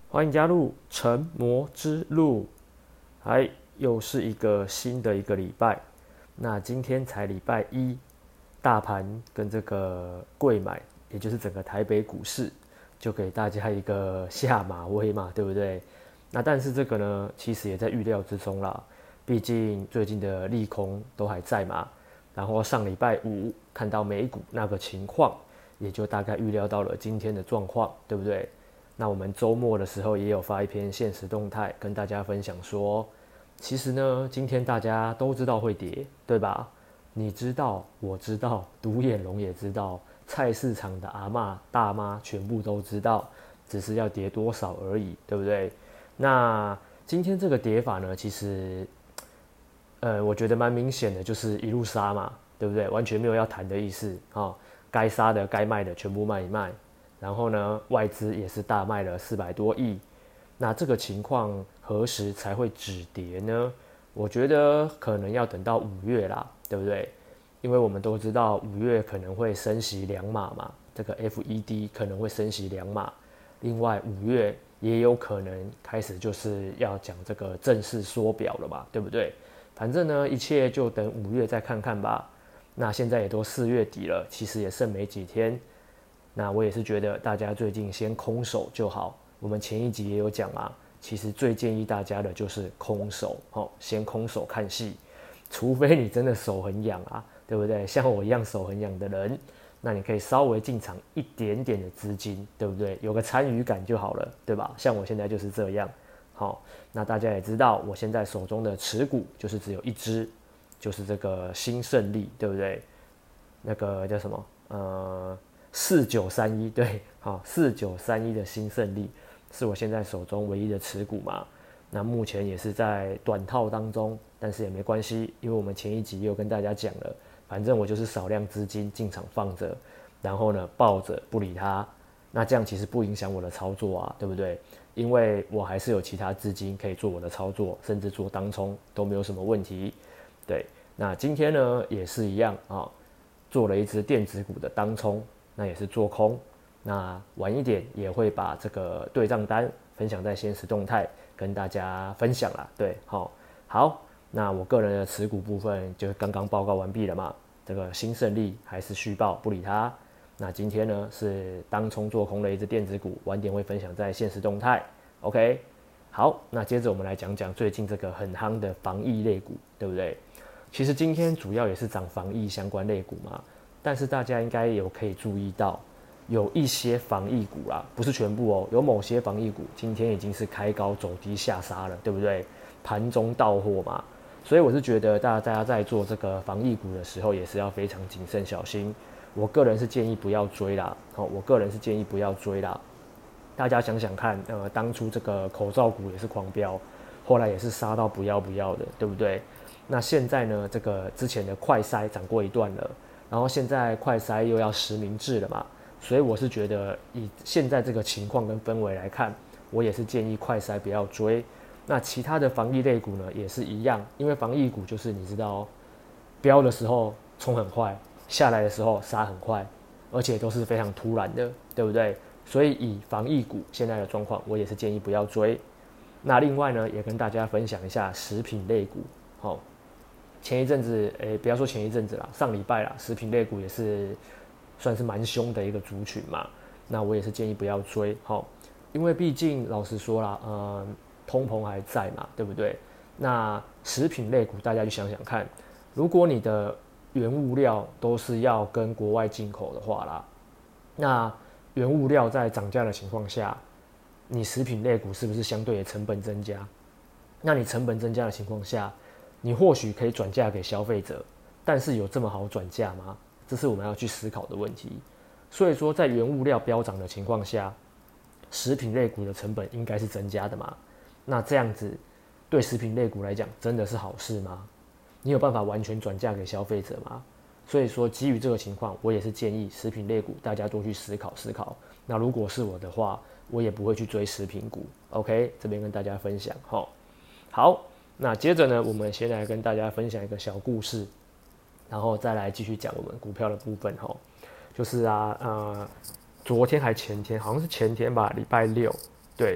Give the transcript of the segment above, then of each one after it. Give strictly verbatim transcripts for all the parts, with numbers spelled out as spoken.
欢迎加入成魔之路。嗨，又是一个新的一个礼拜。那今天才礼拜一，大盘跟这个柜买，也就是整个台北股市，就给大家一个下马威嘛，对不对？那但是这个呢，其实也在预料之中啦。毕竟最近的利空都还在嘛。然后上礼拜五看到美股那个情况，也就大概预料到了今天的状况，对不对？那我们周末的时候也有发一篇限时动态，跟大家分享说，其实呢，今天大家都知道会跌，对吧？你知道，我知道，独眼龙也知道，菜市场的阿嬷、大妈全部都知道，只是要跌多少而已，对不对？那今天这个跌法呢，其实，呃，我觉得蛮明显的，就是一路杀嘛，对不对？完全没有要谈的意思啊、哦，该杀的、该卖的全部卖一卖。然后呢，外资也是大卖了四百多亿。那这个情况何时才会止跌呢？我觉得可能要等到五月啦，对不对？因为我们都知道五月可能会升息两码嘛，这个 F E D 可能会升息两码。另外五月也有可能开始就是要讲这个正式缩表了嘛，对不对？反正呢，一切就等五月再看看吧。那现在也都四月底了，其实也剩没几天。那我也是觉得大家最近先空手就好。我们前一集也有讲嘛，其实最建议大家的就是空手，哦，先空手看戏，除非你真的手很痒啊，对不对？像我一样手很痒的人，那你可以稍微进场一点点的资金，对不对？有个参与感就好了，对吧？像我现在就是这样。好，那大家也知道，我现在手中的持股就是只有一支，就是这个新胜利，对不对？那个叫什么？呃。四九三一对，好，四九三一的新胜利是我现在手中唯一的持股嘛。那目前也是在短套当中，但是也没关系，因为我们前一集也有跟大家讲了，反正我就是少量资金进场放着，然后呢抱着不理它，那这样其实不影响我的操作啊，对不对？因为我还是有其他资金可以做我的操作，甚至做当冲都没有什么问题。对，那今天呢也是一样啊，做了一只电子股的当冲。那也是做空，那晚一点也会把这个对账单分享在限时动态跟大家分享啦。对，好，好，那我个人的持股部分就刚刚报告完毕了嘛。这个新胜利还是续报，不理它。那今天呢是当冲做空的一只电子股，晚点会分享在限时动态。OK， 好，那接着我们来讲讲最近这个很夯的防疫类股，对不对？其实今天主要也是涨防疫相关类股嘛。但是大家应该有可以注意到，有一些防疫股啦，不是全部哦，有某些防疫股今天已经是开高走低下杀了，对不对？盘中到货嘛，所以我是觉得大家在做这个防疫股的时候，也是要非常谨慎小心。我个人是建议不要追啦，哦，我个人是建议不要追啦。大家想想看，呃，当初这个口罩股也是狂飙，后来也是杀到不要不要的，对不对？那现在呢，这个之前的快筛涨过一段了。然后现在快筛又要实名制了嘛，所以我是觉得以现在这个情况跟氛围来看，我也是建议快筛不要追。那其他的防疫类股呢也是一样，因为防疫股就是你知道哦，飙的时候冲很快，下来的时候杀很快，而且都是非常突然的，对不对？所以以防疫股现在的状况，我也是建议不要追。那另外呢，也跟大家分享一下食品类股，好、哦。前一阵子，诶，不要说前一阵子啦，上礼拜啦，食品类股也是算是蛮凶的一个族群嘛。那我也是建议不要追，齁，因为毕竟老实说啦，呃，通膨还在嘛，对不对？那食品类股大家去想想看，如果你的原物料都是要跟国外进口的话啦，那原物料在涨价的情况下，你食品类股是不是相对的成本增加？那你成本增加的情况下，你或许可以转嫁给消费者，但是有这么好转嫁吗？这是我们要去思考的问题。所以说，在原物料飙涨的情况下，食品类股的成本应该是增加的嘛？那这样子对食品类股来讲，真的是好事吗？你有办法完全转嫁给消费者吗？所以说，基于这个情况，我也是建议食品类股大家多去思考思考。那如果是我的话，我也不会去追食品股。OK， 这边跟大家分享齁。好。那接着呢，我们先来跟大家分享一个小故事，然后再来继续讲我们股票的部分齁。就是啊，呃，昨天还前天，好像是前天吧，礼拜六，对，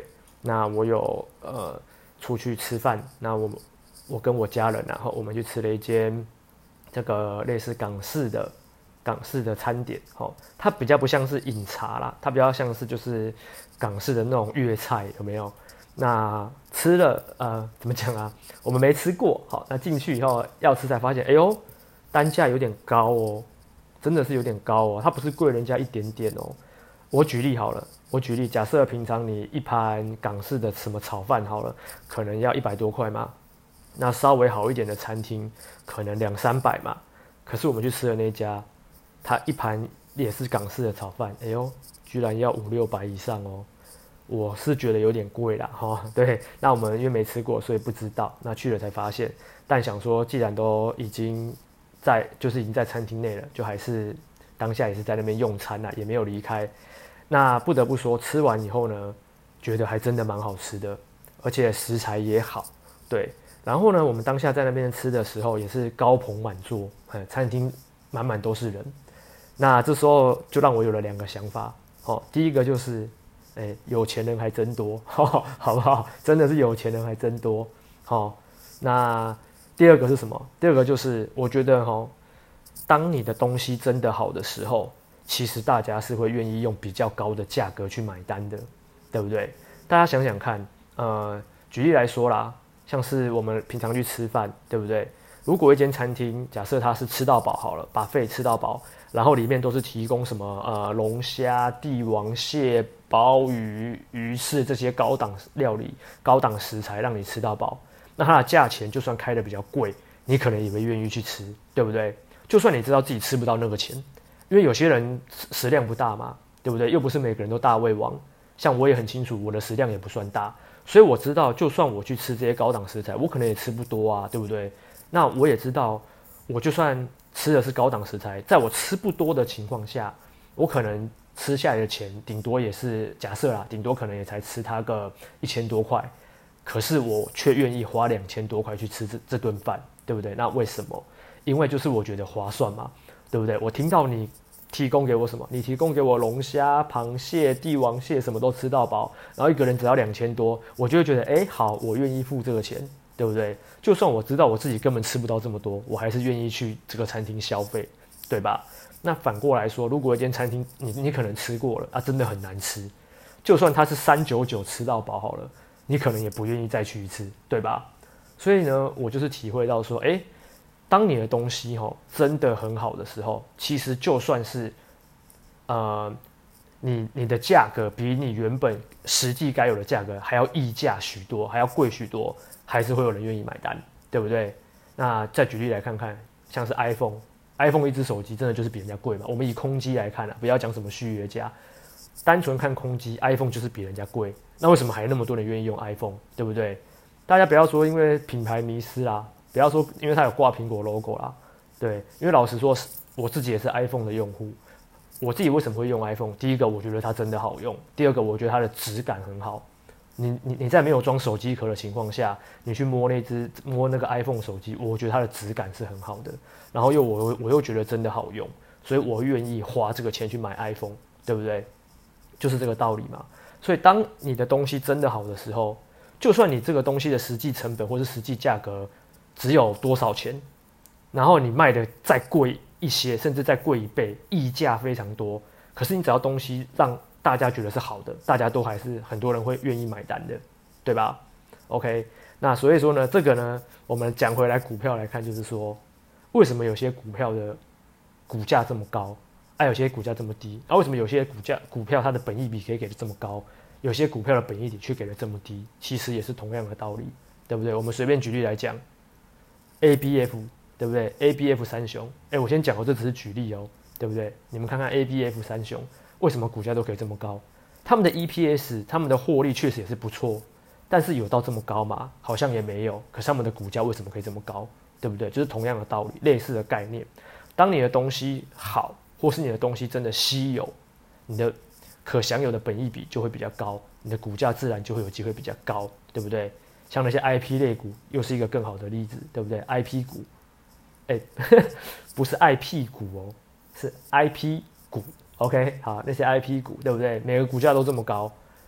那我有呃出去吃饭，那我我跟我家人，然后我们去吃了一间这个类似港式的港式的餐点，哦，它比较不像是饮茶啦，它比较像是就是港式的那种粤菜，有没有？那吃了呃怎么讲啊？我们没吃过，好，那进去以后要吃才发现，哎呦，单价有点高哦，真的是有点高哦，它不是贵人家一点点哦。我举例好了，我举例，假设平常你一盘港式的什么炒饭好了，可能要一百多块嘛，那稍微好一点的餐厅可能两三百嘛，可是我们去吃的那家，它一盘也是港式的炒饭，哎呦，居然要五六百以上哦，我是觉得有点贵啦哈、哦。对，那我们因为没吃过，所以不知道，那去了才发现，但想说既然都已经在，就是已经在餐厅内了，就还是当下也是在那边用餐啦，也没有离开。那不得不说，吃完以后呢，觉得还真的蛮好吃的，而且食材也好，对。然后呢，我们当下在那边吃的时候，也是高朋满座，餐厅满满都是人。那这时候就让我有了两个想法，哦，第一个就是，哎，有钱人还真多，哦，好不好？真的是有钱人还真多，哦。那第二个是什么？第二个就是我觉得，哦，当你的东西真的好的时候，其实大家是会愿意用比较高的价格去买单的，对不对？大家想想看，呃，举例来说啦，像是我们平常去吃饭，对不对？如果一间餐厅，假设它是吃到饱好了，buffet吃到饱，然后里面都是提供什么呃龙虾、帝王蟹、鲍鱼、鱼翅这些高档料理、高档食材，让你吃到饱，那它的价钱就算开的比较贵，你可能也会愿意去吃，对不对？就算你知道自己吃不到那个钱。因为有些人食量不大嘛，对不对？又不是每个人都大胃王，像我也很清楚，我的食量也不算大，所以我知道，就算我去吃这些高档食材，我可能也吃不多啊，对不对？那我也知道，我就算吃的是高档食材，在我吃不多的情况下，我可能吃下来的钱，顶多也是假设啦，顶多可能也才吃它个一千多块，可是我却愿意花两千多块去吃这这顿饭，对不对？那为什么？因为就是我觉得划算嘛，对不对？我听到你提供给我什么？你提供给我龙虾、螃蟹、帝王蟹，什么都吃到饱，然后一个人只要两千多，我就会觉得，哎，好，我愿意付这个钱，对不对？就算我知道我自己根本吃不到这么多，我还是愿意去这个餐厅消费，对吧？那反过来说，如果一间餐厅你你可能吃过了啊，真的很难吃，就算它是三九九吃到饱好了，你可能也不愿意再去一次，对吧？所以呢，我就是体会到说，哎。当你的东西吼真的很好的时候，其实就算是，呃，你你的价格比你原本实际该有的价格还要溢价许多，还要贵许多，还是会有人愿意买单，对不对？那再举例来看看，像是 iPhone，iPhone 一只手机真的就是比人家贵嘛？我们以空机来看啊，不要讲什么续约价，单纯看空机 ，iPhone 就是比人家贵。那为什么还那么多人愿意用 iPhone， 对不对？大家不要说因为品牌迷失啦。不要说，因为它有挂苹果 logo 啦，对，因为老实说，我自己也是 iPhone 的用户。我自己为什么会用 iPhone？ 第一个，我觉得它真的好用；第二个，我觉得它的质感很好。你你你在没有装手机壳的情况下，你去摸那只摸那个 iPhone 手机，我觉得它的质感是很好的。然后又我我又觉得真的好用，所以我愿意花这个钱去买 iPhone， 对不对？就是这个道理嘛。所以当你的东西真的好的时候，就算你这个东西的实际成本或是实际价格只有多少钱，然后你卖的再贵一些，甚至再贵一倍，溢价非常多。可是你只要东西让大家觉得是好的，大家都还是很多人会愿意买单的，对吧 ？OK， 那所以说呢，这个呢，我们讲回来股票来看，就是说，为什么有些股票的股价这么高，啊，有些股价这么低？啊，为什么有些股价股票它的本益比可以给的这么高，有些股票的本益比却给的这么低？其实也是同样的道理，对不对？我们随便举例来讲。A B F 对不对 ？A B F 三雄，哎，我先讲，我这只是举例哦，对不对？你们看看 A B F 三雄为什么股价都可以这么高？他们的 E P S， 他们的获利确实也是不错，但是有到这么高吗？好像也没有。可是他们的股价为什么可以这么高？对不对？就是同样的道理，类似的概念。当你的东西好，或是你的东西真的稀有，你的可享有的本益比就会比较高，你的股价自然就会有机会比较高，对不对？像那些 I P 类股，又是一个更好的例子，对不对 ？I P 股，哎，不是 I P 股哦，是 I P 股。OK， 好，那些 I P 股，对不对？每个股价都这么高，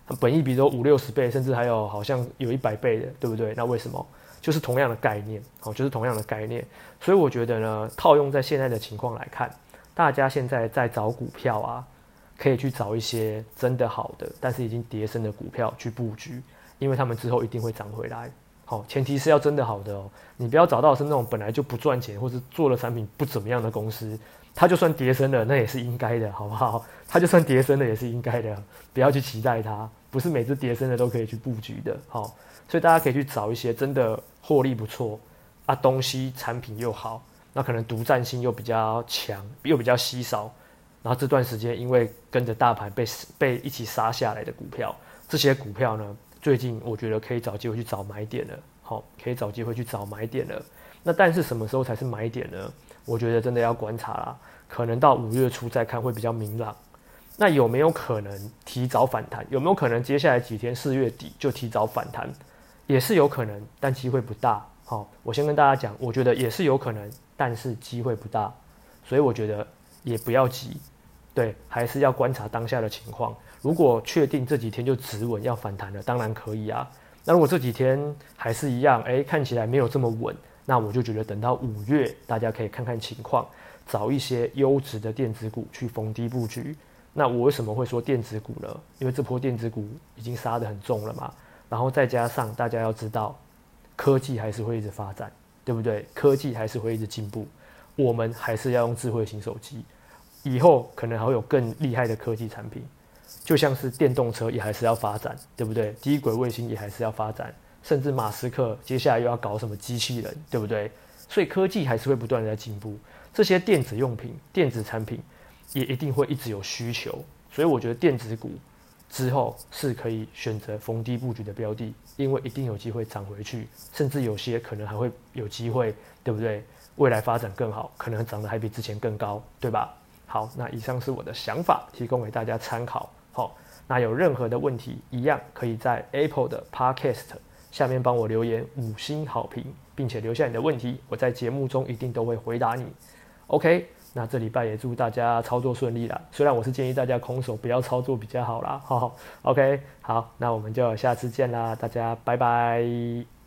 本益比都五六十倍，甚至还有好像有一百倍的，对不对？那为什么？就是同样的概念，哦，就是同样的概念。所以我觉得呢，套用在现在的情况来看，大家现在在找股票啊，可以去找一些真的好的，但是已经跌升的股票去布局，因为他们之后一定会涨回来。好、哦，前提是要真的好的哦，你不要找到是那种本来就不赚钱或是做的产品不怎么样的公司，它就算跌升了，那也是应该的，好不好？它就算跌升了也是应该的，不要去期待它，不是每次跌升的都可以去布局的，好、哦，所以大家可以去找一些真的获利不错啊，东西产品又好，那可能独占性又比较强，又比较稀少，然后这段时间因为跟着大盘被被一起杀下来的股票，这些股票呢，最近我觉得可以找机会去找买点了，好，可以找机会去找买点了。那但是什么时候才是买点呢？我觉得真的要观察啦，可能到五月初再看会比较明朗。那有没有可能提早反弹？有没有可能接下来几天四月底就提早反弹？也是有可能，但机会不大。好，我先跟大家讲，我觉得也是有可能，但是机会不大，所以我觉得也不要急，对，还是要观察当下的情况。如果确定这几天就止稳要反弹了，当然可以啊。那如果这几天还是一样，哎，看起来没有这么稳，那我就觉得等到五月，大家可以看看情况，找一些优质的电子股去逢低布局。那我为什么会说电子股呢？因为这波电子股已经杀得很重了嘛，然后再加上大家要知道，科技还是会一直发展，对不对？科技还是会一直进步，我们还是要用智慧型手机，以后可能还会有更厉害的科技产品。就像是电动车也还是要发展，对不对？低轨卫星也还是要发展，甚至马斯克接下来又要搞什么机器人，对不对？所以科技还是会不断的在进步，这些电子用品、电子产品也一定会一直有需求，所以我觉得电子股之后是可以选择逢低布局的标的，因为一定有机会涨回去，甚至有些可能还会有机会，对不对？未来发展更好，可能涨得还比之前更高，对吧？好，那以上是我的想法，提供给大家参考。好，那有任何的问题，一样可以在 Apple 的 Podcast 下面帮我留言五星好评，并且留下你的问题，我在节目中一定都会回答你。OK， 那这礼拜也祝大家操作顺利啦。虽然我是建议大家空手不要操作比较好啦。好 ，OK， 好，那我们就下次见啦，大家拜拜。